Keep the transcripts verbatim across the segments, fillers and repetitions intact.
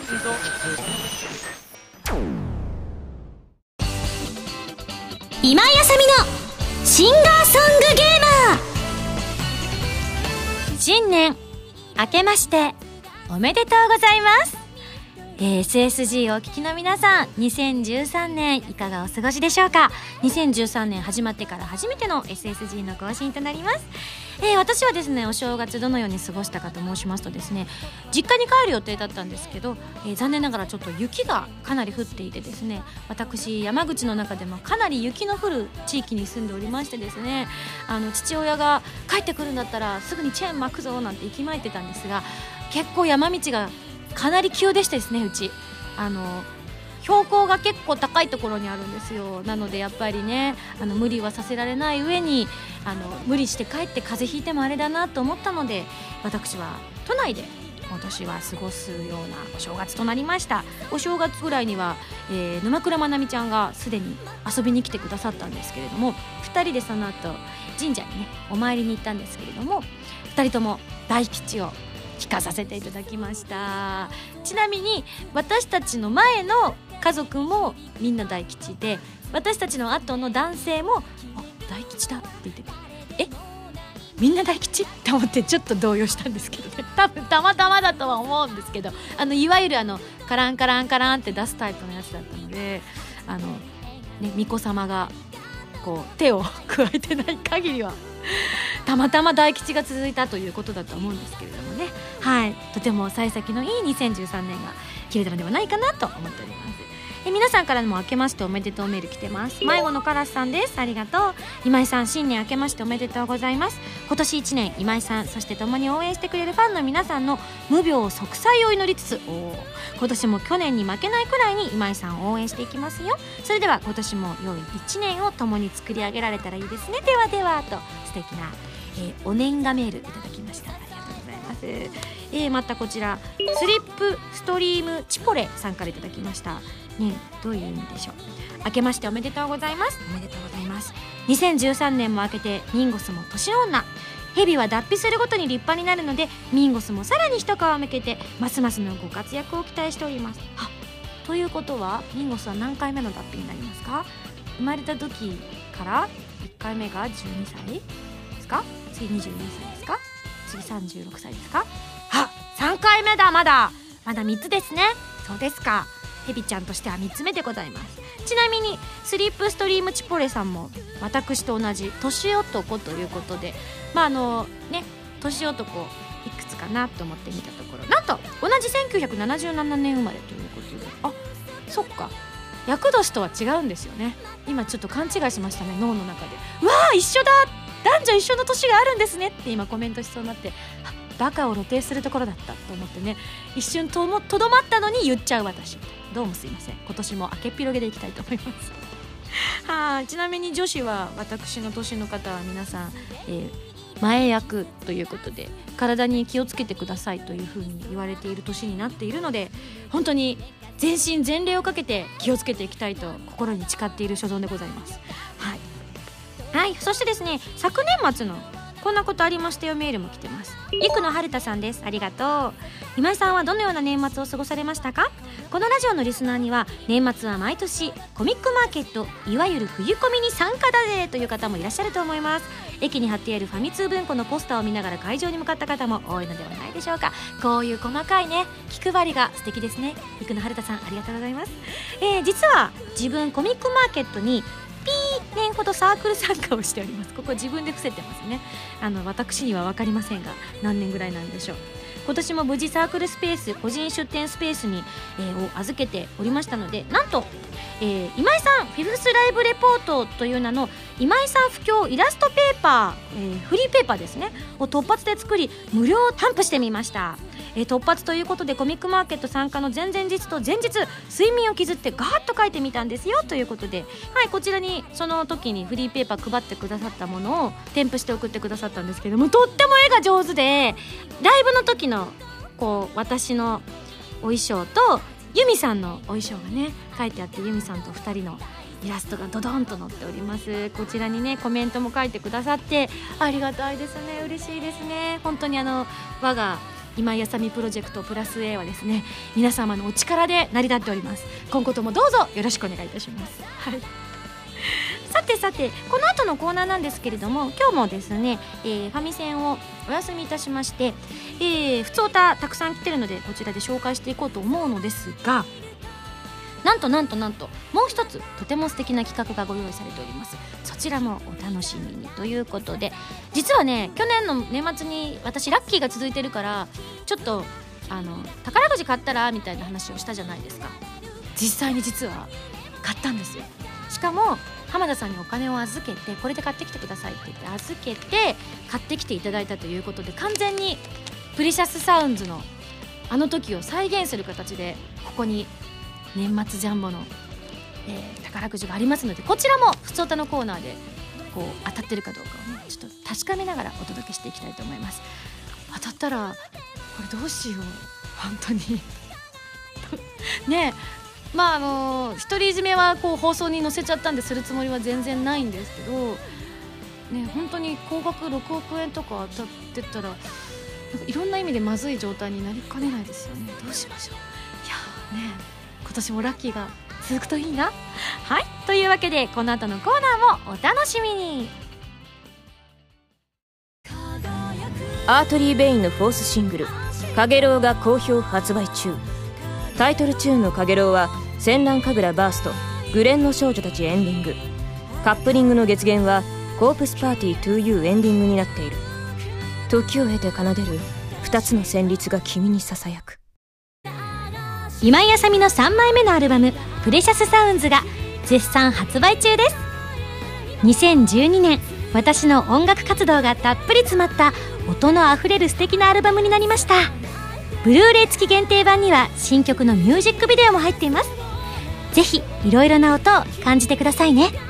今井あさみのシンガーソングゲーマー。新年明けましておめでとうございます。えー、エスエスジー をお聞きの皆さん、にせんじゅうさんねんいかがお過ごしでしょうか。にせんじゅうさんねん始まってから初めての エスエスジー の更新となります。えー、私はですね、お正月どのように過ごしたかと申しますとですね、実家に帰る予定だったんですけど、えー、残念ながらちょっと雪がかなり降っていてですね、私山口の中でもかなり雪の降る地域に住んでおりましてですね、あの父親が帰ってくるんだったらすぐにチェーン巻くぞなんて息巻いてたんですが、結構山道がかなり急でしてですね、うちあの標高が結構高いところにあるんですよ。なのでやっぱりね、あの無理はさせられない上に、あの無理して帰って風邪ひいてもあれだなと思ったので、私は都内で今年は過ごすようなお正月となりました。お正月ぐらいには、えー、沼倉まなみちゃんがすでに遊びに来てくださったんですけれども、ふたりでその後神社にねお参りに行ったんですけれども、ふたりとも大吉を聞かさせていただきました。ちなみに私たちの前の家族もみんな大吉で、私たちの後の男性も大吉だって言ってて、えみんな大吉って思ってちょっと動揺したんですけどね、多分たまたまだとは思うんですけど、あのいわゆるあのカランカランカランって出すタイプのやつだったので、あのね巫女様がこう手を加えてない限りはたまたま大吉が続いたということだと思うんですけれどもね、はい、とても幸先のいいにせんじゅうさんねんが切れたのではないかなと思っております。え皆さんからも明けましておめでとうメール来てます。迷子のカラスさんです。ありがとう。今井さん、新年明けましておめでとうございます。今年いちねん今井さん、そして共に応援してくれるファンの皆さんの無病息災を祈りつつ、お今年も去年に負けないくらいに今井さんを応援していきますよ。それでは今年も良いいちねんを共に作り上げられたらいいですね。ではではと素敵な、えー、お年賀メールいただきました。ありがとうございます。えー、またこちらスリップストリームチポレさんからいただきましたね。どういう意味でしょう。明けましておめでとうございます。おめでとうございます。にせんじゅうさんねんも明けてミンゴスも年女、蛇は脱皮するごとに立派になるので、ミンゴスもさらに一皮向けてますますのご活躍を期待しております。はということはミンゴスは何回目の脱皮になりますか。生まれた時からいっかいめがじゅうにさいですか、次にじゅうにさいですか、次さんじゅうろくさいですか。あ、さんかいめだ。まだまだみっつですね。そうですか。ヘビちゃんとしてはみっつめでございます。ちなみにスリップストリームチポレさんも私と同じ年男ということで、まああのね年男いくつかなと思って見たところ、なんと同じせんきゅうひゃくななじゅうななねん生まれということで、あ、そっか、厄年とは違うんですよね。今ちょっと勘違いしましたね、脳の中で。うわー、一緒だ、男女一緒の年があるんですねって今コメントしそうになって、バカを露呈するところだったと思ってね、一瞬ともとどまったのに言っちゃう私、どうもすいません。今年も明けっぴろげでいきたいと思いますはちなみに女子は私の年の方は皆さん、えー、前役ということで体に気をつけてくださいというふうに言われている年になっているので、本当に全身全霊をかけて気をつけていきたいと心に誓っている所存でございます。はい、はい、そしてですね、昨年末のこんなことありましたよメールも来てます。生野春太さんです。ありがとう。今井さんはどのような年末を過ごされましたか。このラジオのリスナーには年末は毎年コミックマーケット、いわゆる冬コミに参加だぜという方もいらっしゃると思います。駅に貼ってあるファミ通文庫のポスターを見ながら会場に向かった方も多いのではないでしょうか。こういう細かいね気配りが素敵ですね。生野春太さん、ありがとうございます。えー、実は自分コミックマーケットにピー年ほどサークル参加をしております。ここ自分で伏せてますね。あの私には分かりませんが何年ぐらいなんでしょう。今年も無事サークルスペース、個人出店スペースに、えー、を預けておりましたので、なんと、えー、今井さんフィフスライブレポートという名の今井さん不況イラストペーパー、えー、フリーペーパーですねを突発で作り無料頒布してみました。えー、突発ということでコミックマーケット参加の前々日と前日睡眠を削ってガーッと書いてみたんですよということで、はい、こちらにその時にフリーペーパー配ってくださったものを添付して送ってくださったんですけども、とっても絵が上手で、ライブの時のこう私のお衣装とユミさんのお衣装がね書いてあって、ユミさんとふたりのイラストがドドンと載っております。こちらにねコメントも書いてくださってありがたいですね、嬉しいですね。本当にあの我が今井あさみプロジェクトプラス A はですね、皆様のお力で成り立っております。今後ともどうぞよろしくお願いいたします。はい、さてさて、この後のコーナーなんですけれども、今日もですね、えー、ファミセンをお休みいたしまして、えー、普通歌たくさん来てるのでこちらで紹介していこうと思うのですが、なんとなんとなんともう一つとても素敵な企画がご用意されております。そちらもお楽しみにということで、実はね、去年の年末に私ラッキーが続いてるから、ちょっとあの宝くじ買ったらみたいな話をしたじゃないですか。実際に実は買ったんですよ。しかも浜田さんにお金を預けて、これで買ってきてくださいって言って預けて買ってきていただいたということで、完全にプレシャスサウンズのあの時を再現する形でここに年末ジャンボの、えー、宝くじがありますので、こちらもふつおたのコーナーでこう当たってるかどうかをね、ちょっと確かめながらお届けしていきたいと思います。当たったらこれどうしよう、本当にねえ、まああのー、独り占めはこう放送に載せちゃったんでするつもりは全然ないんですけどね、本当に高額ろくおくえんとか当たってたら、なんかいろんな意味でまずい状態になりかねないですよね。どうしましょう。いやねえ、今年もラッキーが続くといいな。はい、というわけでこの後のコーナーもお楽しみに。 アートリー・ベインのフォースシングル「かげろう」が好評発売中。タイトルチューンのかげろうは戦乱神楽バーストグレンの少女たちエンディング、カップリングの月限はコープスパーティー トゥーユー エンディングになっている。時を経て奏でる二つの旋律が君にささやく。 今井あさみのさんまいめのアルバムプレシャスサウンズが絶賛発売中です。にせんじゅうにねん、私の音楽活動がたっぷり詰まった音のあふれる素敵なアルバムになりました。ブルーレイ付き限定版には新曲のミュージックビデオも入っています。ぜひいろいろな音を感じてくださいね。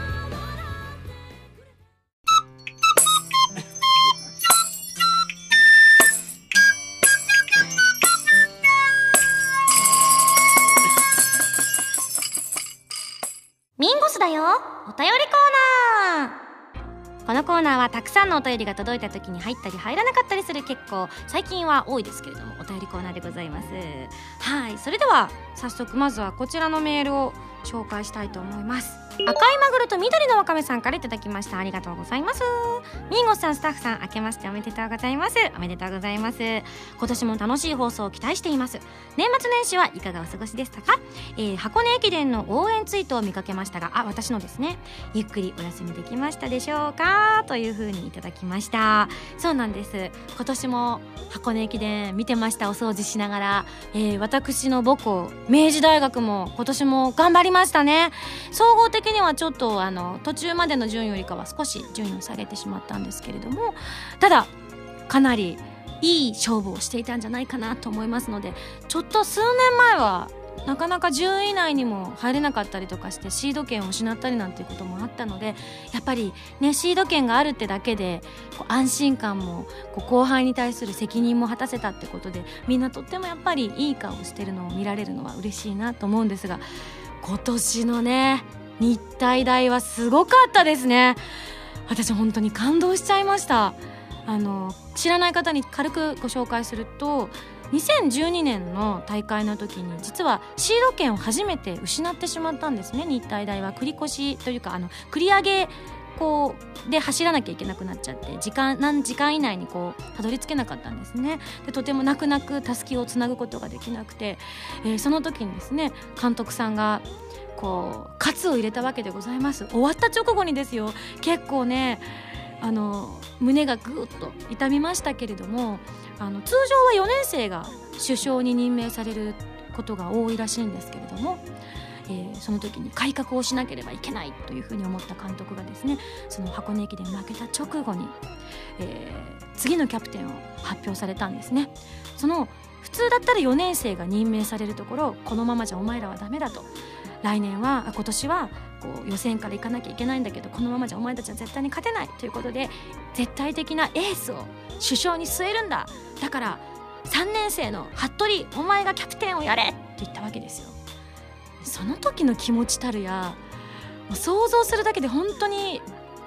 ミンゴスだよ、お便りコーナー。このコーナーはたくさんのお便りが届いた時に入ったり入らなかったりする、結構最近は多いですけれどもお便りコーナーでございます。はい、それでは早速まずはこちらのメールを紹介したいと思います。赤いマグロと緑のわかめさんからいただきました。ありがとうございます。ミンゴスさん、スタッフさん、明けましておめでとうございます。おめでとうございます。今年も楽しい放送を期待しています。年末年始はいかがお過ごしでしたか？えー、箱根駅伝の応援ツイートを見かけましたが、あ、私のですね、ゆっくりお休みできましたでしょうか、という風にいただきました。そうなんです、今年も箱根駅伝見てました。お掃除しながら、えー、私の母校明治大学も今年も頑張りましたね。総合的にはちょっとあの途中までの順位よりかは少し順位を下げてしまったんですけれども、ただかなりいい勝負をしていたんじゃないかなと思いますので、ちょっと数年前はなかなか順位以内にも入れなかったりとかしてシード権を失ったりなんていうこともあったので、やっぱりね、シード権があるってだけでこう安心感もこう後輩に対する責任も果たせたってことで、みんなとってもやっぱりいい顔してるのを見られるのは嬉しいなと思うんですが、今年のね日体大はすごかったですね。私本当に感動しちゃいました。あの知らない方に軽くご紹介すると、にせんじゅうにねんの大会の時に実はシード権を初めて失ってしまったんですね。日体大は繰り越しというか、あの繰り上げこうで走らなきゃいけなくなっちゃって、時間何時間以内にこうたどり着けなかったんですね。でとても泣く泣くたすきをつなぐことができなくて、えー、その時にですね、監督さんがこう喝を入れたわけでございます。終わった直後にですよ。結構ね、あの胸がぐーっと痛みましたけれども、あの通常はよねん生が首相に任命されることが多いらしいんですけれども、えー、その時に改革をしなければいけないというふうに思った監督がですね、その箱根駅伝負けた直後に、えー、次のキャプテンを発表されたんですね。その普通だったらよねん生が任命されるところ、このままじゃお前らはダメだと、来年は今年はこう予選から行かなきゃいけないんだけど、このままじゃお前たちは絶対に勝てないということで、絶対的なエースを首相に据えるんだ、だからさんねん生の服部お前がキャプテンをやれって言ったわけですよ。その時の気持ちたるや、もう想像するだけで本当に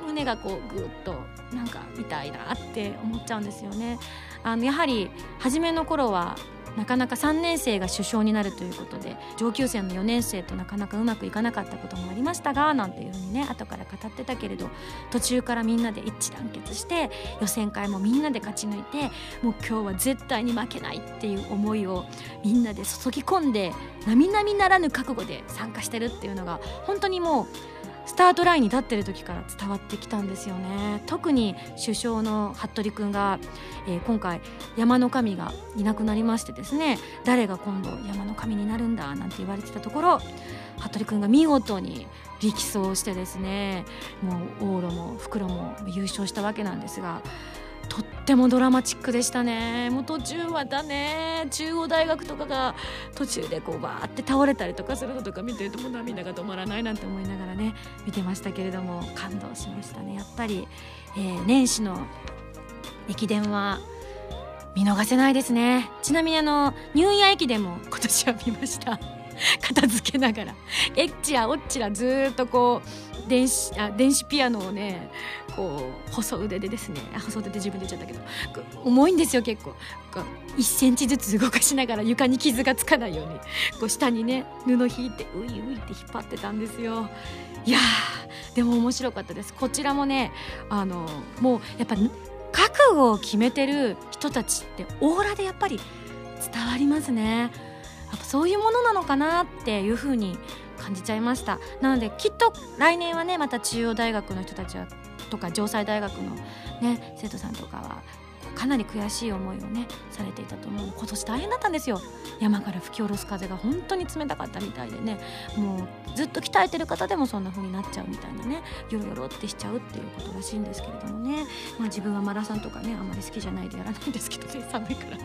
胸がこうぐっとなんか痛いなって思っちゃうんですよね。あのやはり初めの頃はなかなかさんねん生が首相になるということで上級生のよねん生となかなかうまくいかなかったこともありましたがなんていうふうにね後から語ってたけれど、途中からみんなで一致団結して予選会もみんなで勝ち抜いて、もう今日は絶対に負けないっていう思いをみんなで注ぎ込んで並々ならぬ覚悟で参加してるっていうのが本当にもうスタートラインに立ってる時から伝わってきたんですよね。特に首相の服部くんが、えー、今回山の神がいなくなりましてですね、誰が今度山の神になるんだなんて言われてたところ、服部くんが見事に力走してですね、もう往路も復路も優勝したわけなんですが、とってもドラマチックでしたね。もう途中またね中央大学とかが途中でこうバーって倒れたりとかするのとか見てるともう涙が止まらないなんて思いながらね見てましたけれども、感動しましたね。やっぱり、えー、年始の駅伝は見逃せないですね。ちなみにあのニューイヤー駅伝も今年は見ました片付けながらエッチやオッチらずっとこう電子、あ、電子ピアノをねこう細腕でですね、細腕で自分で言っちゃったけど重いんですよ。結構こういっセンチずつ動かしながら床に傷がつかないようにこう下にね布引いてウイウイって引っ張ってたんですよ。いやーでも面白かったです。こちらもねあのもうやっぱ覚悟を決めてる人たちってオーラでやっぱり伝わりますね。やっぱそういうものなのかなっていう風に感じちゃいました。なのできっと来年はねまた中央大学の人たちはとか城西大学の、ね、生徒さんとかはかなり悔しい思いをねされていたと思う。今年大変だったんですよ。山から吹き下ろす風が本当に冷たかったみたいでね、もうずっと鍛えてる方でもそんな風になっちゃうみたいなね、ヨロヨロってしちゃうっていうことらしいんですけれどもね、まあ、自分はマラソンとかねあんまり好きじゃないでやらないんですけどね、寒いから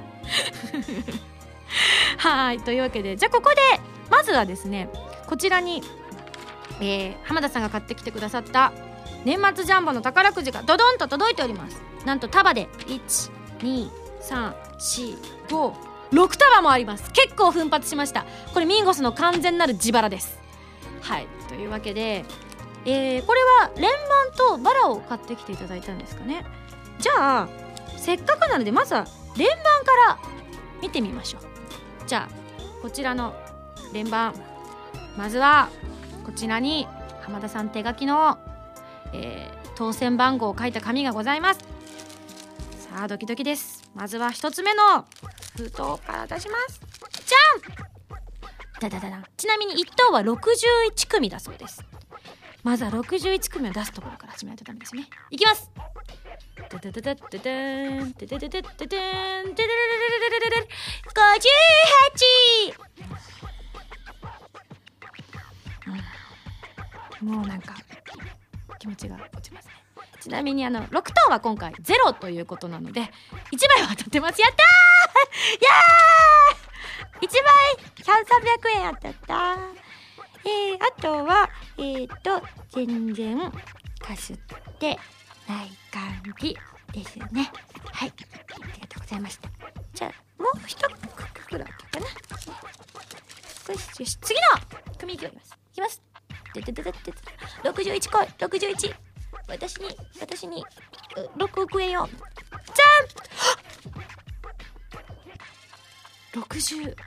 はいというわけで、じゃあここでまずはですねこちらに、えー、浜田さんが買ってきてくださった年末ジャンボの宝くじがドドンと届いております。なんと束でいち、に、さん、し、ご、ろく束もあります。結構奮発しました。これミンゴスの完全なる自腹です。はいというわけで、えー、これは連番とバラを買ってきていただいたんですかね。じゃあせっかくなのでまずは連番から見てみましょう。じゃあこちらの連番、まずはこちらに浜田さん手書きの、えー、当選番号を書いた紙がございます。さあドキドキです。まずは一つ目の封筒から出します。じゃんだだだだ。ちなみにいっ等はろくじゅういち組だそうです。まずはろくじゅういち組を出すところから始めないとダメですね。いきます。ダダダダダダンダダダダダダンダダダダダダダダダダダごじゅうはち。もうなんか気持ちが落ちますね。ちなみにあのろく等は今回ゼロということなのでいちまいは当たってます。やったーやーいちまいさんびゃくえん当たった。えー、あとはえーと全然かすってない感じですね。はいありがとうございました。じゃあもう一袋かな。よしよし次の組いきます。いきます。ろくじゅういちこいろくじゅういち、私に私にろくおくえんよ。じゃんろくじゅうななで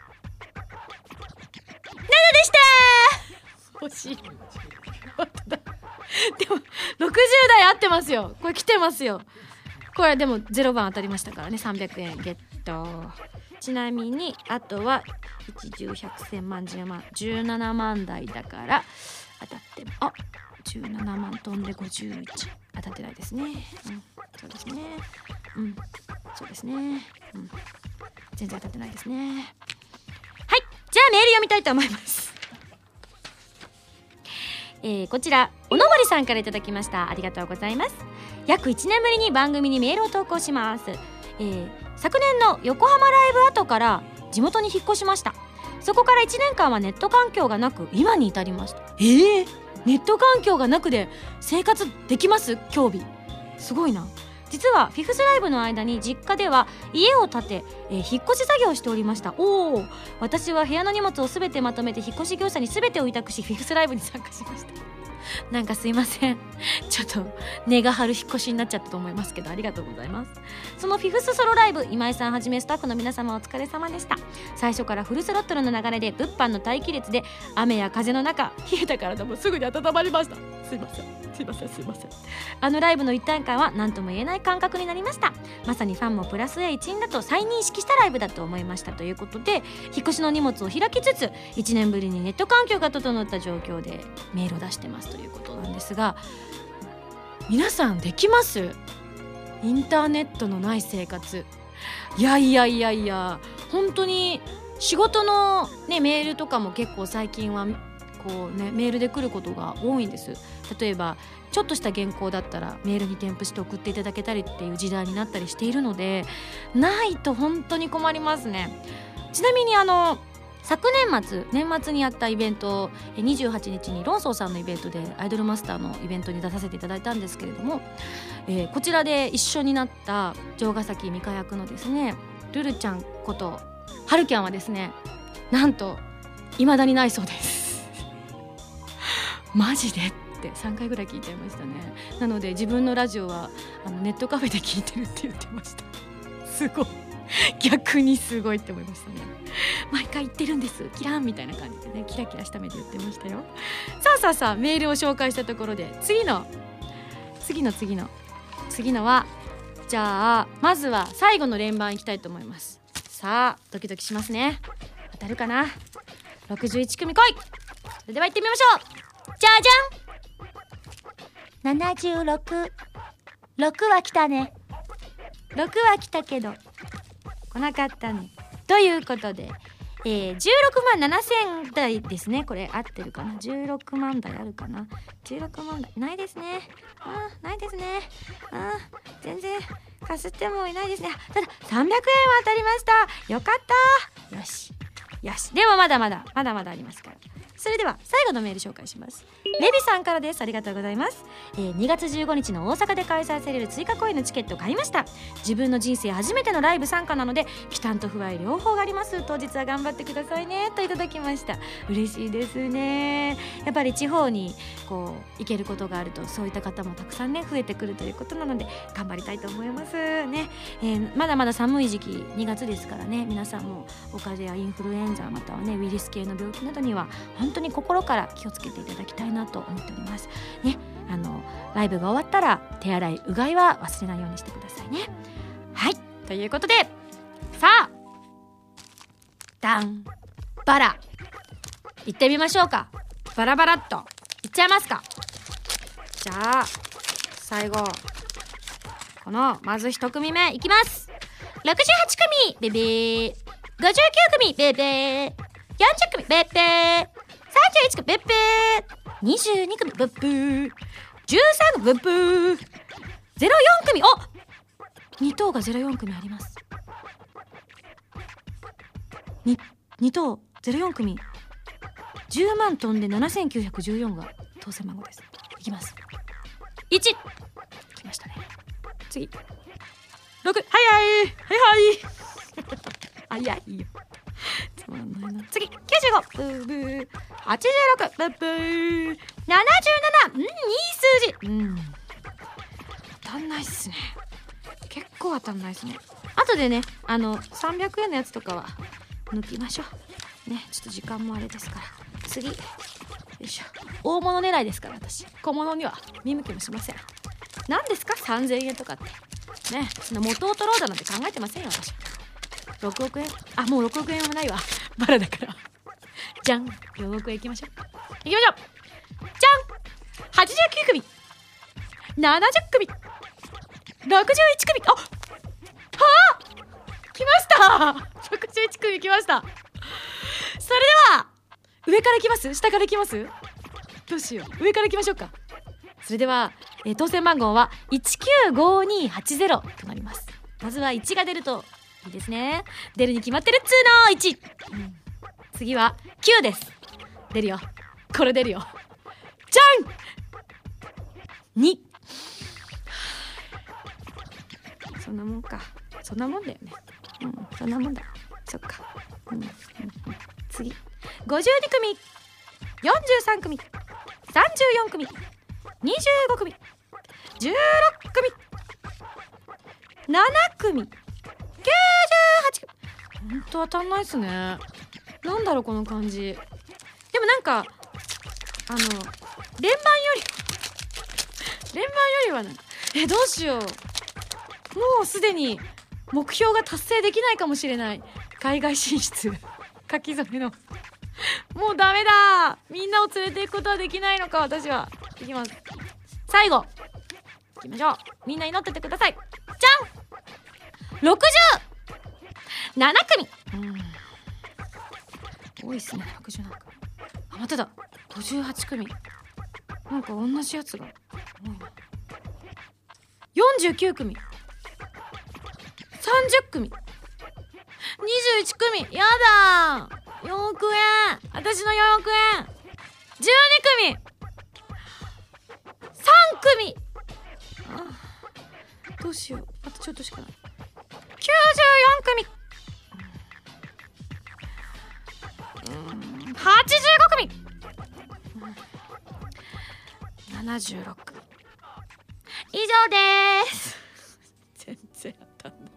したー。惜しい本当だ。でもろくじゅうだい合ってますよ。これ来てますよ。これでもゼロばん当たりましたからね。さんびゃくえんゲット。ちなみにあとはいち、じゅう、ひゃく、せんまん、じゅうまんじゅうななまん台だから当たってあじゅうななまん飛んでごじゅういち当たってないですね。うんそうですね。うんそうですね。うん全然当たってないですね。はいじゃあメール読みたいと思います。えー、こちらおのぼりさんからいただきました。ありがとうございます。約いちねんぶりに番組にメールを投稿します。えー、昨年の横浜ライブ後から地元に引っ越しました。そこからいちねんかんはネット環境がなく今に至りました。えー、ネット環境がなくで生活できます？今日日すごいな。実はフィフスライブの間に実家では家を建て、えー、引っ越し作業をしておりました。おお、私は部屋の荷物をすべてまとめて引っ越し業者にすべてを委託しフィフスライブに参加しました。 なんかすいません、ちょっと根が張る引っ越しになっちゃったと思いますけど、ありがとうございます。そのフィフスソロライブ、今井さんはじめスタッフの皆様お疲れ様でした。最初からフルスロットルの流れで物販の待機列で、雨や風の中冷えた体もすぐに温まりました。すいませんすいませんすいません。あのライブの一体感は何とも言えない感覚になりました。まさにファンもプラス A 一員だと再認識したライブだと思いました、ということで、引っ越しの荷物を開きつついちねんぶりにネット環境が整った状況でメールを出してますということなんですが、皆さんできます？インターネットのない生活。いやいやいやいや、本当に仕事の、ね、メールとかも結構最近はこう、ね、メールで来ることが多いんです。例えばちょっとした原稿だったらメールに添付して送っていただけたりっていう時代になったりしているので、ないと本当に困りますね。ちなみにあの昨年末年末にやったイベント、にじゅうはちにちにロンソーさんのイベントでアイドルマスターのイベントに出させていただいたんですけれども、えー、こちらで一緒になった城ヶ崎美香役のですねルルちゃんことはるきゃんはですね、なんと未だにないそうですマジでってさんかいぐらい聞いちゃいましたね。なので自分のラジオはあのネットカフェで聞いてるって言ってました。すごい、逆にすごいって思いましたね。毎回言ってるんですキラーンみたいな感じでね、キラキラした目で言ってましたよ。さあさあさあ、メールを紹介したところで次の次の次の次のは、じゃあまずは最後の連番いきたいと思います。さあドキドキしますね。当たるかな。ろくじゅういちくみ来い。それでは行ってみましょう。じゃじゃん、ななじゅうろく、ろくは来たね。ろくは来たけど来なかったね。ということで、えー、じゅうろくまんななせんだいですね。これ合ってるかな。じゅうろくまんだいあるかな。じゅうろくまんだいないですね。あーないですね。あー全然かすってもいないですね。たださんびゃくえんは当たりました。よかった。よしよし。でもまだまだまだまだありますから。それでは最後のメール紹介します。レビさんからです。ありがとうございます。えー、にがつじゅうごにちの大阪で開催される追加公演のチケットを買いました。自分の人生初めてのライブ参加なので期待と不安両方があります。当日は頑張ってくださいねといただきました。嬉しいですね。やっぱり地方にこう行けることがあると、そういった方もたくさんね増えてくるということなので頑張りたいと思いますね。えー、まだまだ寒い時期にがつですからね、皆さんもお風邪やインフルエンザまたはねウイルス系の病気などには本当に心から気をつけていただきたいなと思っておりますね。あのライブが終わったら手洗いうがいは忘れないようにしてくださいね。はい、ということでさあダンバラいってみましょうか。バラバラっといっちゃいますか。じゃあ最後このまず一組目いきます。ろくじゅうはちくみベベー、ごじゅうきゅうくみベベー、よんじゅっくみベッベー、さんじゅういちくみベッベー、にじゅうにくみブッブー、じゅうさんくみブッブー、ゼロよんくみ、おに等がゼロよんくみあります。にに等ゼロよんくみじゅうまん飛んでななせんきゅうひゃくじゅうよんが当選番号です。いきます。いち来ましたね。次ろく、はいはいはいはい早いよつまんないな。次きゅうじゅうごブーブー、はちじゅうろくブーブー、ななじゅうなな、うんいい数字、うん当たんないっすね。結構当たんないっすね。後でねあのさんびゃくえんのやつとかは抜きましょうね。ちょっと時間もあれですから。次よいしょ。大物狙いですから私。小物には見向きもしません。何ですかさんぜんえんとかってね。そんな元を取ろうだなんて考えてませんよ私。ろくおくえん、あもうろくおくえんはないわバラだからじゃんよんおくえんいきましょう。いきましょう。じゃんはちじゅうきゅうくみななじゅっくみろくじゅういちくみ、あはあ来ましたろくじゅういちくみ来ました。それでは上からいきます下からいきます、どうしよう。上からいきましょうか。それでは、えー、当選番号はいちきゅうごにはちゼロとなります。まずはいちが出るといいですね。出るに決まってるっつーのいち、うん、次はきゅうです。出るよこれ出るよ。じゃんにそんなもんか。そんなもんだよね。うんそんなもんだ。そっか、うんうんうん、次ごじゅうにくみよんじゅうさんくみさんじさんじゅうよんくみ、にじゅうごくみ、じゅうろっくみ、ななくみ、きゅうじゅうはちくみ。ほんと当たんないっすね。なんだろうこの感じ。でもなんかあの連番より連番よりはね、えどうしよう、もうすでに目標が達成できないかもしれない。海外進出書き初めのもうダメだ、みんなを連れて行くことはできないのか私は。いきます、最後いきましょう。みんな祈っててください。じゃん、ろくじゅうななくみ、うん多いっすね。ろくじゅうななくみ、あまただ、ごじゅうはちくみ、なんか同じやつが多いな。よんじゅうきゅうくみ、さんじゅっくみ、にじゅういちくみ、やだー、よんおくえん、私のよんおくえん、じゅうにくみ、さんくみ、あどうしよう、あとちょっとしかない。きゅうじゅうよんくみ、はちじゅうごくみ、ななじゅうろっくみ、以上です。全然当たんない。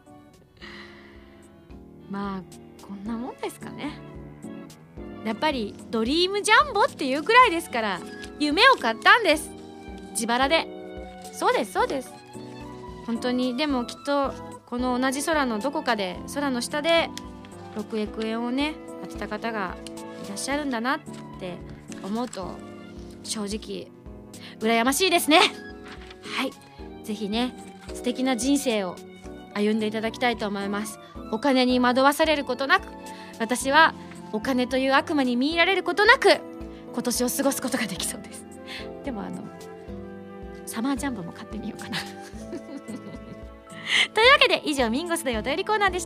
まあこんなもんですかね。やっぱりドリームジャンボっていうくらいですから夢を買ったんです、自腹で。そうですそうです、本当に。でもきっとこの同じ空のどこかで、空の下でろくおくえんをね当てた方がいらっしゃるんだなって思うと正直羨ましいですね。はい、ぜひね素敵な人生を歩んでいただきたいと思います。お金に惑わされることなく、私はお金という悪魔に見入られることなく今年を過ごすことができそうです。でもあのサマージャンボも買ってみようかなというわけで以上ミンゴスのお便りコーナーでした。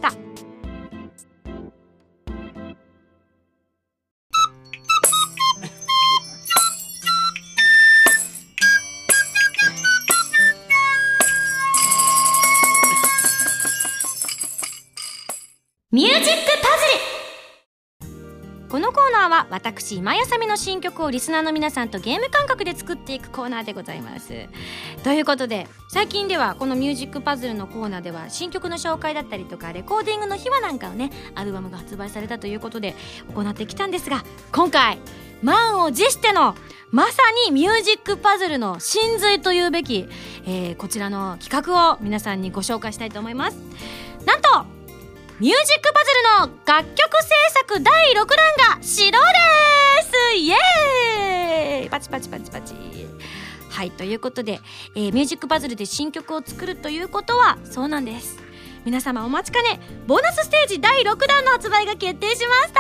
ミュージックパズル。このコーナーは私今やさみの新曲をリスナーの皆さんとゲーム感覚で作っていくコーナーでございます。ということで最近ではこのミュージックパズルのコーナーでは新曲の紹介だったりとかレコーディングの秘話なんかをね、アルバムが発売されたということで行ってきたんですが、今回満を持してのまさにミュージックパズルの真髄というべき、えー、こちらの企画を皆さんにご紹介したいと思います。なんとミュージックパズルの楽曲制作だいろくだんが始動です。イエーイ、パチパチパチパチ。はい、ということで、えー、ミュージックパズルで新曲を作るということはそうなんです。皆様お待ちかね、ボーナスステージだいろくだんの発売が決定しました。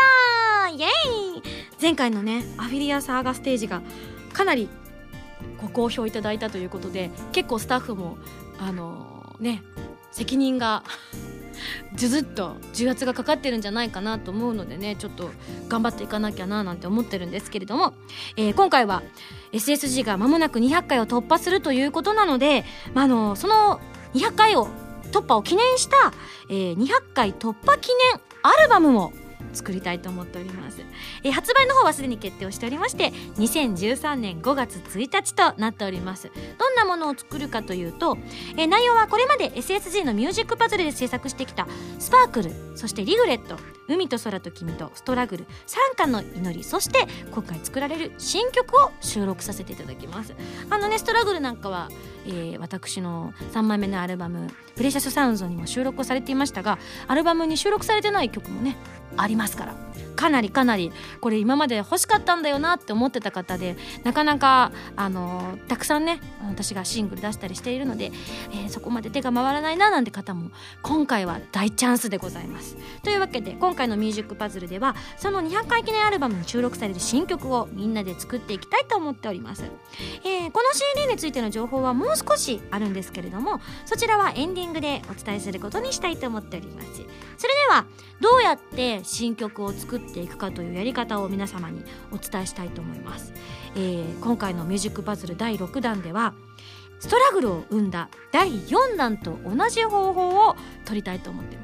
イエーイ。前回のねアフィリアサーガステージがかなりご好評いただいたということで、結構スタッフもあのー、ね責任がずずっと重圧がかかってるんじゃないかなと思うのでね、ちょっと頑張っていかなきゃななんて思ってるんですけれども、えー、今回は エスエスジー が間もなくにひゃっかいを突破するということなので、まあ、あのそのにひゃっかいを突破を記念した、えー、にひゃっかい突破記念アルバムを作りたいと思っております。えー、発売の方はすでに決定をしておりまして、にせんじゅうさんねんごがつついたちとなっております。どんなものを作るかというと、えー、内容はこれまで エスエスジー のミュージックパズルで制作してきたスパークル、そしてリグレット、海と空と君とストラグル、三冠の祈り、そして今回作られる新曲を収録させていただきます。あのねストラグルなんかは、えー、私のさんまいめのアルバムプレシャスサウンズにも収録されていましたが、アルバムに収録されてない曲もねありますから、かなりかなりこれ今まで欲しかったんだよなって思ってた方で、なかなかあのたくさんね私がシングル出したりしているので、えー、そこまで手が回らないななんて方も今回は大チャンスでございます。というわけで今回のミュージックパズルではそのにひゃっかい記念アルバムに収録される新曲をみんなで作っていきたいと思っております。えー、この シーディー についての情報はもう少しあるんですけれども、そちらはエンディングでお伝えすることにしたいと思っております。それではどうやって新曲を作っていくかというやり方を皆様にお伝えしたいと思います。えー、今回のミュージックパズルだいろくだんではストラグルを生んだだいよんだんと同じ方法を取りたいと思っています。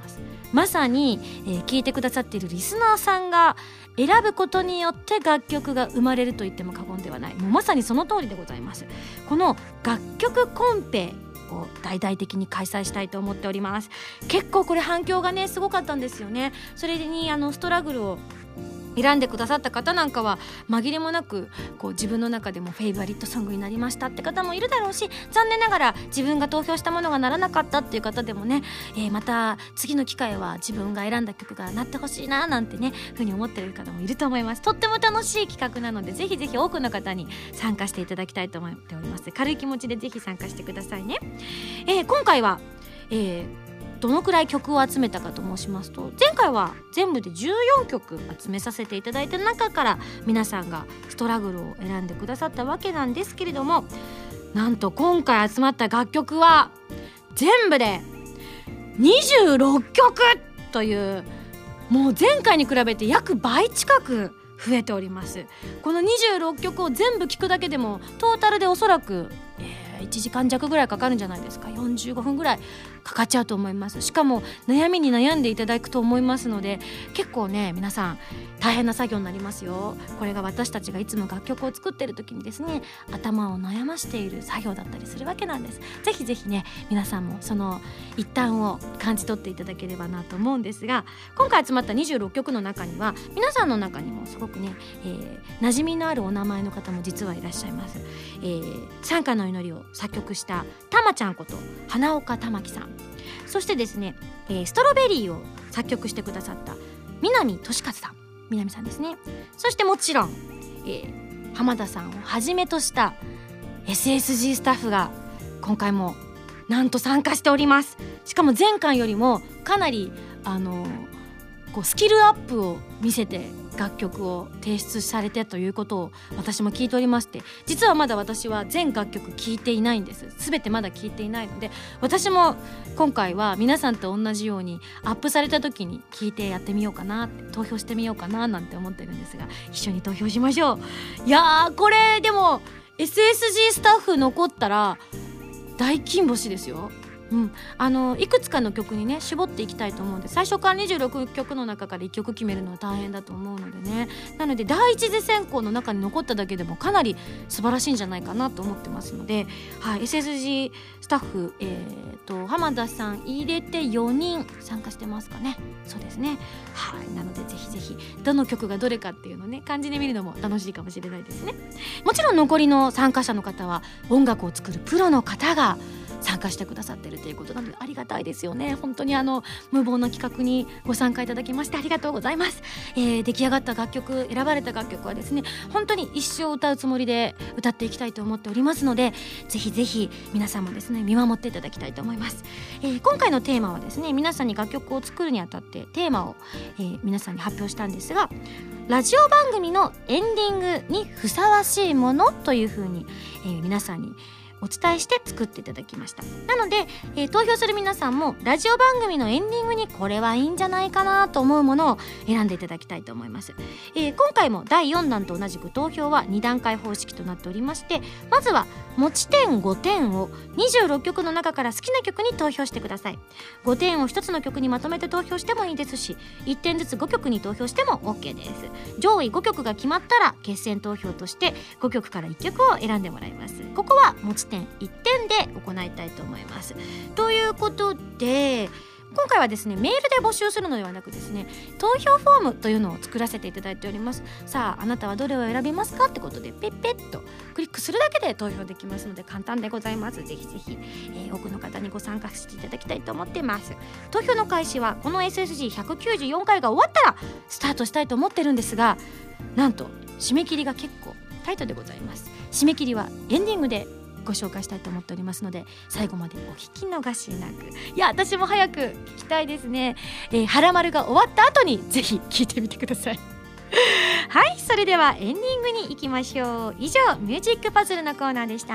まさに、えー、聞いてくださっているリスナーさんが選ぶことによって楽曲が生まれると言っても過言ではない。もうまさにその通りでございます。この楽曲コンペを大々的に開催したいと思っております。結構これ反響がねすごかったんですよね。それにあのストラグルを選んでくださった方なんかは紛れもなくこう自分の中でもフェイバリットソングになりましたって方もいるだろうし、残念ながら自分が投票したものがならなかったっていう方でもね、えー、また次の機会は自分が選んだ曲がなってほしいななんてねふうに思ってる方もいると思います。とっても楽しい企画なのでぜひぜひ多くの方に参加していただきたいと思っております。軽い気持ちでぜひ参加してくださいね。えー、今回は、えーどのくらい曲を集めたかと申しますと、前回は全部でじゅうよんきょく集めさせていただいた中から皆さんがストラグルを選んでくださったわけなんですけれども、なんと今回集まった楽曲は全部でにじゅうろっきょくという、もう前回に比べて約倍近く増えております。このにじゅうろっきょくを全部聴くだけでもトータルでおそらく、えー、いちじかんじゃくぐらいかかるんじゃないですか。よんじゅうごふんぐらいかかっちゃうと思います。しかも悩みに悩んでいただくと思いますので、結構ね皆さん大変な作業になりますよ。これが私たちがいつも楽曲を作っている時にですね、頭を悩ましている作業だったりするわけなんです。ぜひぜひね皆さんもその一端を感じ取っていただければなと思うんですが、今回集まったにじゅうろっきょくの中には皆さんの中にもすごくね、えー、馴染みのあるお名前の方も実はいらっしゃいます。えー、賛歌の祈りを作曲したたまちゃんこと花岡玉樹さん、そしてですね、えー、ストロベリーを作曲してくださった南俊和さん、南さんですね。そしてもちろん、えー、浜田さんをはじめとした エスエスジー スタッフが今回もなんと参加しております。しかも前回よりもかなりあのー、こうスキルアップを見せて楽曲を提出されてということを私も聞いておりまして、実はまだ私は全楽曲聴いていないんです。全てまだ聴いていないので、私も今回は皆さんと同じようにアップされた時に聴いてやってみようかな、投票してみようかななんて思ってるんですが、一緒に投票しましょう。いやーこれでも エスエスジー スタッフ残ったら大金星ですよ。うん、あのいくつかの曲にね絞っていきたいと思うんで、最初からにじゅうろっきょくの中からいっきょく決めるのは大変だと思うのでね、なので第一次選考の中に残っただけでもかなり素晴らしいんじゃないかなと思ってますので、はい、エスエスジー スタッフ、えー、と浜田さん入れてよにん参加してますかね。そうですね、はい、なのでぜひぜひどの曲がどれかっていうのをね漢字で見るのも楽しいかもしれないですね。もちろん残りの参加者の方は音楽を作るプロの方が参加してくださっているということなのでありがたいですよね。本当にあの無謀な企画にご参加いただきましてありがとうございます。えー、出来上がった楽曲、選ばれた楽曲はですね本当に一生歌うつもりで歌っていきたいと思っておりますので、ぜひぜひ皆さんもですね見守っていただきたいと思います。えー、今回のテーマはですね、皆さんに楽曲を作るにあたってテーマを、えー、皆さんに発表したんですが、ラジオ番組のエンディングにふさわしいものというふうに、えー、皆さんにお伝えして作っていただきました。なので、えー、投票する皆さんもラジオ番組のエンディングにこれはいいんじゃないかなと思うものを選んでいただきたいと思います。えー、今回もだいよんだんと同じく投票はにだんかい方式となっておりまして、まずは持ち点ごてんをにじゅうろっきょくの中から好きな曲に投票してください。ごてんをひとつの曲にまとめて投票してもいいですし、いってんずつごきょくに投票しても OK です。上位ごきょくが決まったら決選投票としてごきょくからいっきょくを選んでもらいます。ここは持ち点いってんで行いたいと思います。ということで今回はですねメールで募集するのではなくですね、投票フォームというのを作らせていただいております。さああなたはどれを選びますかってことでペッペッとクリックするだけで投票できますので簡単でございます。ぜひぜひ、えー、多くの方にご参加していただきたいと思っています。投票の開始はこの エスエスジーひゃくきゅうじゅうよん 回が終わったらスタートしたいと思ってるんですが、なんと締め切りが結構タイトでございます。締め切りはエンディングでご紹介したいと思っておりますので、最後までお聞き逃しなく。いや私も早く聞きたいですね。えー、はらまるが終わった後にぜひ聞いてみてください。はい、それではエンディングに行きましょう。以上ミュージックパズルのコーナーでした。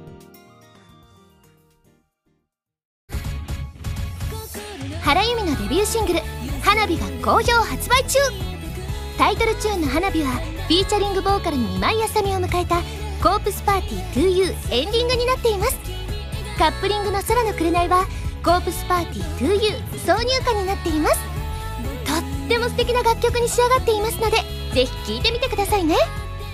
原由美のデビューシングル「花火」が好評発売中。タイトルチューンの「花火」はフィーチャリングボーカルの今井あさみを迎えたコープスパーティー トゥーユー エンディングになっています。カップリングの空の紅はコープスパーティー トゥーユー 挿入歌になっています。とっても素敵な楽曲に仕上がっていますので、ぜひ聴いてみてくださいね。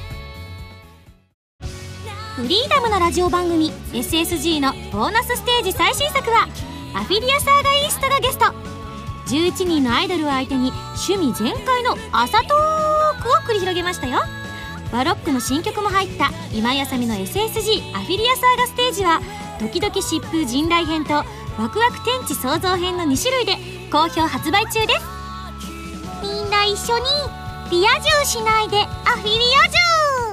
フリーダムなラジオ番組 エスエスジー のボーナスステージ最新作はアフィリアサーガイーストがゲスト。じゅういちにんのアイドルを相手に趣味全開の朝トークを繰り広げましたよ。バロックの新曲も入った今井あさみの エスエスジー アフィリアサーガステージはドキドキ疾風陣雷編とワクワク天地創造編のに種類で好評発売中です。みんな一緒にリア充しないでアフィリア充。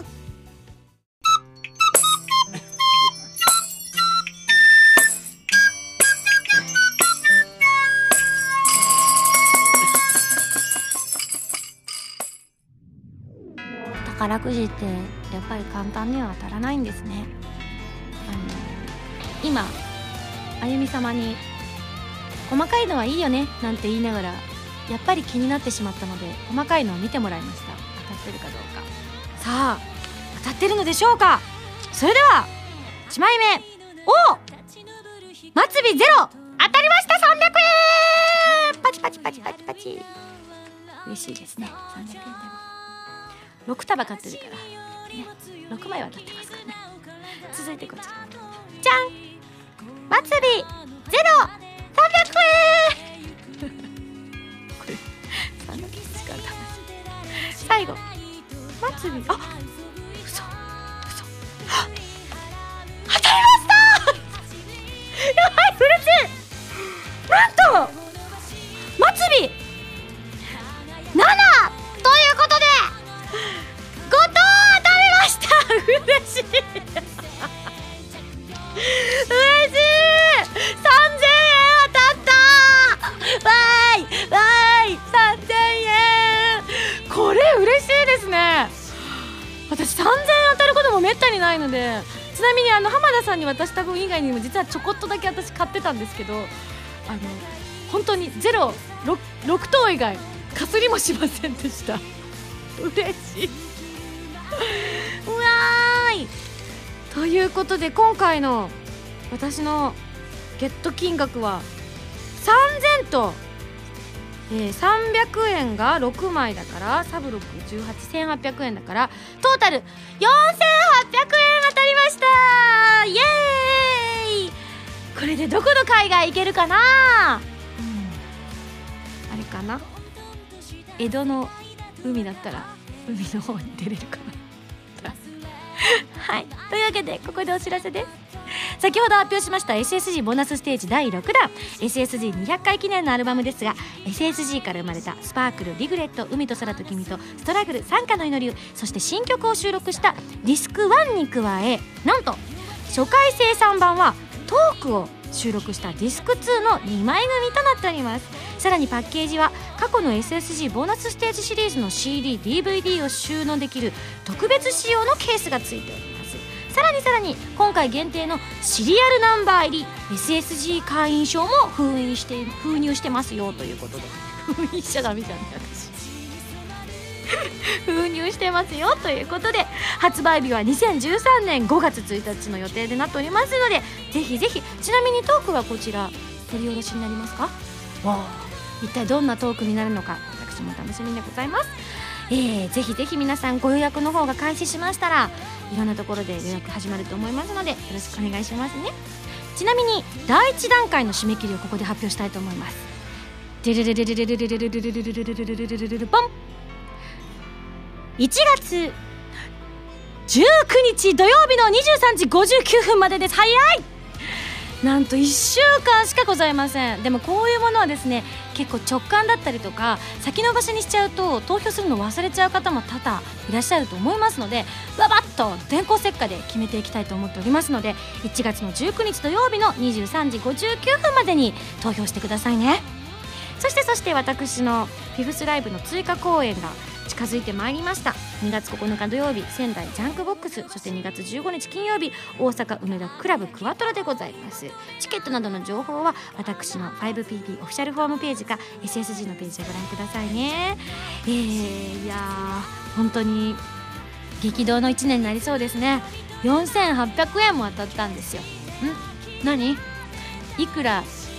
宝くじってやっぱり簡単には当たらないんですね。あの今あゆみ様に細かいのはいいよねなんて言いながらやっぱり気になってしまったので細かいのを見てもらいました。当たってるかどうか。さあ当たってるのでしょうか。それではいちまいめ、お末尾ゼロ当たりました。さんびゃくえんパチパチパチパチパチ嬉しいですね。さんびゃくえんでもろく束買ってるから、ね、ろくまいは当たってますからね。続いてこちらじゃん、末尾ゼロさんびゃくえんこれさんびゃくえんしか当たらない。最後末尾、あ嘘嘘当たりましたやばい嬉しい。なんと末尾ななということでごとう当たりました嬉しい嬉しいさんぜんえん当たったわーいわーいさんぜんえんこれ嬉しいですね。私さんぜんえん当たることもめったにないので、ちなみにあの浜田さんに渡した分以外にも実はちょこっとだけ私買ってたんですけど、あの本当にゼロ ろく, ろく等以外かすりもしませんでした。嬉しいうわーいということで今回の私のゲット金額はさんぜんと、えー、さんびゃくえんがろくまいだからサブろくじゅうはち せんはっぴゃくえんだからトータルよんせんはっぴゃくえん当たりました。イエーイ。これでどこの海外行けるかな、うん、あれかな、江戸の海だったら海の方に出れるかなはい、というわけでここでお知らせです。先ほど発表しました エスエスジー ボーナスステージだいろくだん エスエスジーにひゃっかい記念のアルバムですが エスエスジー から生まれたスパークル、リグレット、海と空と君とストラグル、傘下の祈り、そして新曲を収録したディスクワンに加え、なんと初回生産版はトークを収録したディスクツーのにまい組となっております。さらにパッケージは過去の エスエスジー ボーナスステージシリーズの シーディー、ディーブイディー を収納できる特別仕様のケースがついております。さらにさらに今回限定のシリアルナンバー入り エスエスジー 会員証も封印して封入してますよということで、封印しちゃダメじゃんね私封入してますよということで、発売日はにせんじゅうさんねんごがつついたちの予定でなっておりますので、ぜひぜひ。ちなみにトークはこちら取り下ろしになりますか。わあ、一体どんなトークになるのか私も楽しみでございます。えー、ぜひぜひ皆さんご予約の方が開始しましたらいろんなところで予約始まると思いますのでよろしくお願いしますね。ちなみにだいいち段階の締め切りをここで発表したいと思います。デレレレレレレレレレレレレレレレレレレレポンいちがつじゅうくにち土曜日のにじゅうさんじごじゅうきゅうふんまでです。早い。なんといっしゅうかんしかございません。でもこういうものはですね結構直感だったりとか先延ばしにしちゃうと投票するの忘れちゃう方も多々いらっしゃると思いますので、ババッと電光石火で決めていきたいと思っておりますので、いちがつのじゅうくにち土曜日のにじゅうさんじごじゅうきゅうふんまでに投票してくださいね。そしてそして私のフィフスライブの追加公演が近づいてまいりました。にがつここのか土曜日仙台ジャンクボックス、そしてにがつじゅうごにち金曜日大阪梅田クラブクワトロでございます。チケットなどの情報は私の ファイブピーピー オフィシャルホームページか エスエスジー のページでご覧くださいね。えー、いやー本当に激動のいちねんになりそうですね。よんせんはっぴゃくえんも当たったんですよ。ん何いくら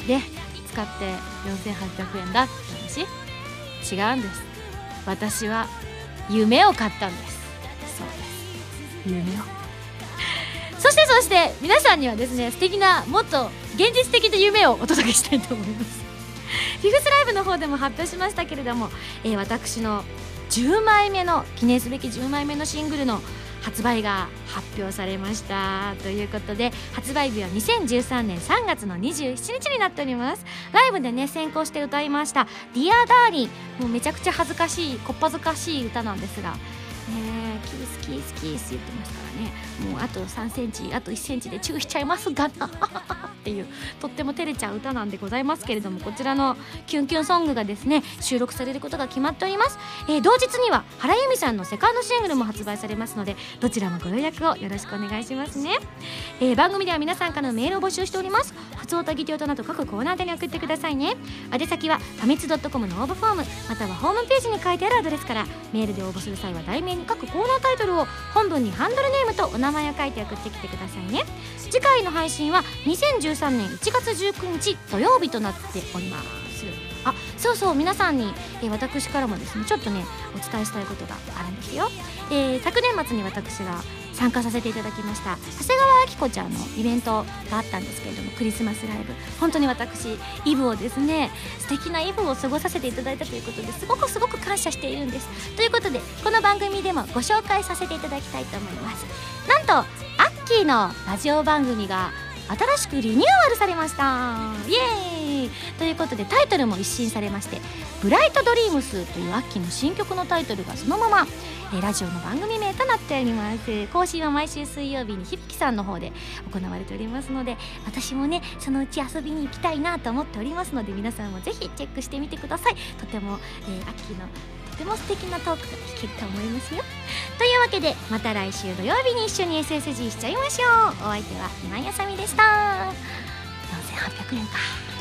で使ってよんせんはっぴゃくえんだって話。違うんです。私は夢を買ったんです。そうです、夢を。そしてそして皆さんにはですね、素敵なもっと現実的な夢をお届けしたいと思います。フィフスライブの方でも発表しましたけれども、えー、私のじゅうまいめの記念すべきじゅうまいめのシングルの発売が発表されましたということで、発売日はにせんじゅうさんねんさんがつのにじゅうしちにちになっております。ライブでね先行して歌いました「ディアダーリン」、もうめちゃくちゃ恥ずかしいこっぱずかしい歌なんですが、えー、キースキースキース言ってましたからね、もうあとさんセンチあといっセンチでチューしちゃいますがなっていうとっても照れちゃう歌なんでございますけれども、こちらのキュンキュンソングがですね収録されることが決まっております。えー、同日には原由美さんのセカンドシングルも発売されますので、どちらもご予約をよろしくお願いしますね。えー、番組では皆さんからのメールを募集しております。ふつおたぎておたなど各コーナーで送ってくださいね。宛先はファミツドットコムの応募フォーム、またはホームページに書いてあるアドレスから。メールで応募する際は題名に各コーナータイトルを、本文にハンドルネームとお名前を書いて送ってきてくださいね。次回の配信はにせんじゅうさんねんいちがつじゅうくにち土曜日となっております。あ、そうそう、皆さんに、えー、私からもですねちょっとねお伝えしたいことがあるんですよ。えー、昨年末に私が参加させていただきました長谷川明子ちゃんのイベントがあったんですけれども、クリスマスライブ、本当に私イブをですね素敵なイブを過ごさせていただいたということで、すごくすごく感謝しているんです。ということでこの番組でもご紹介させていただきたいと思います。なんとアッキーのラジオ番組が新しくリニューアルされました。イエーイということでタイトルも一新されまして、ブライトドリームスというアッキーの新曲のタイトルがそのままえラジオの番組名となっております。更新は毎週水曜日に響さんの方で行われておりますので、私もねそのうち遊びに行きたいなと思っておりますので、皆さんもぜひチェックしてみてください。とても、えー、アッキーのとても素敵なトークが聞けると思いますよ。というわけでまた来週土曜日に一緒に エスエスジー しちゃいましょう。お相手は今井あさみでした。よんせんはっぴゃくえんか。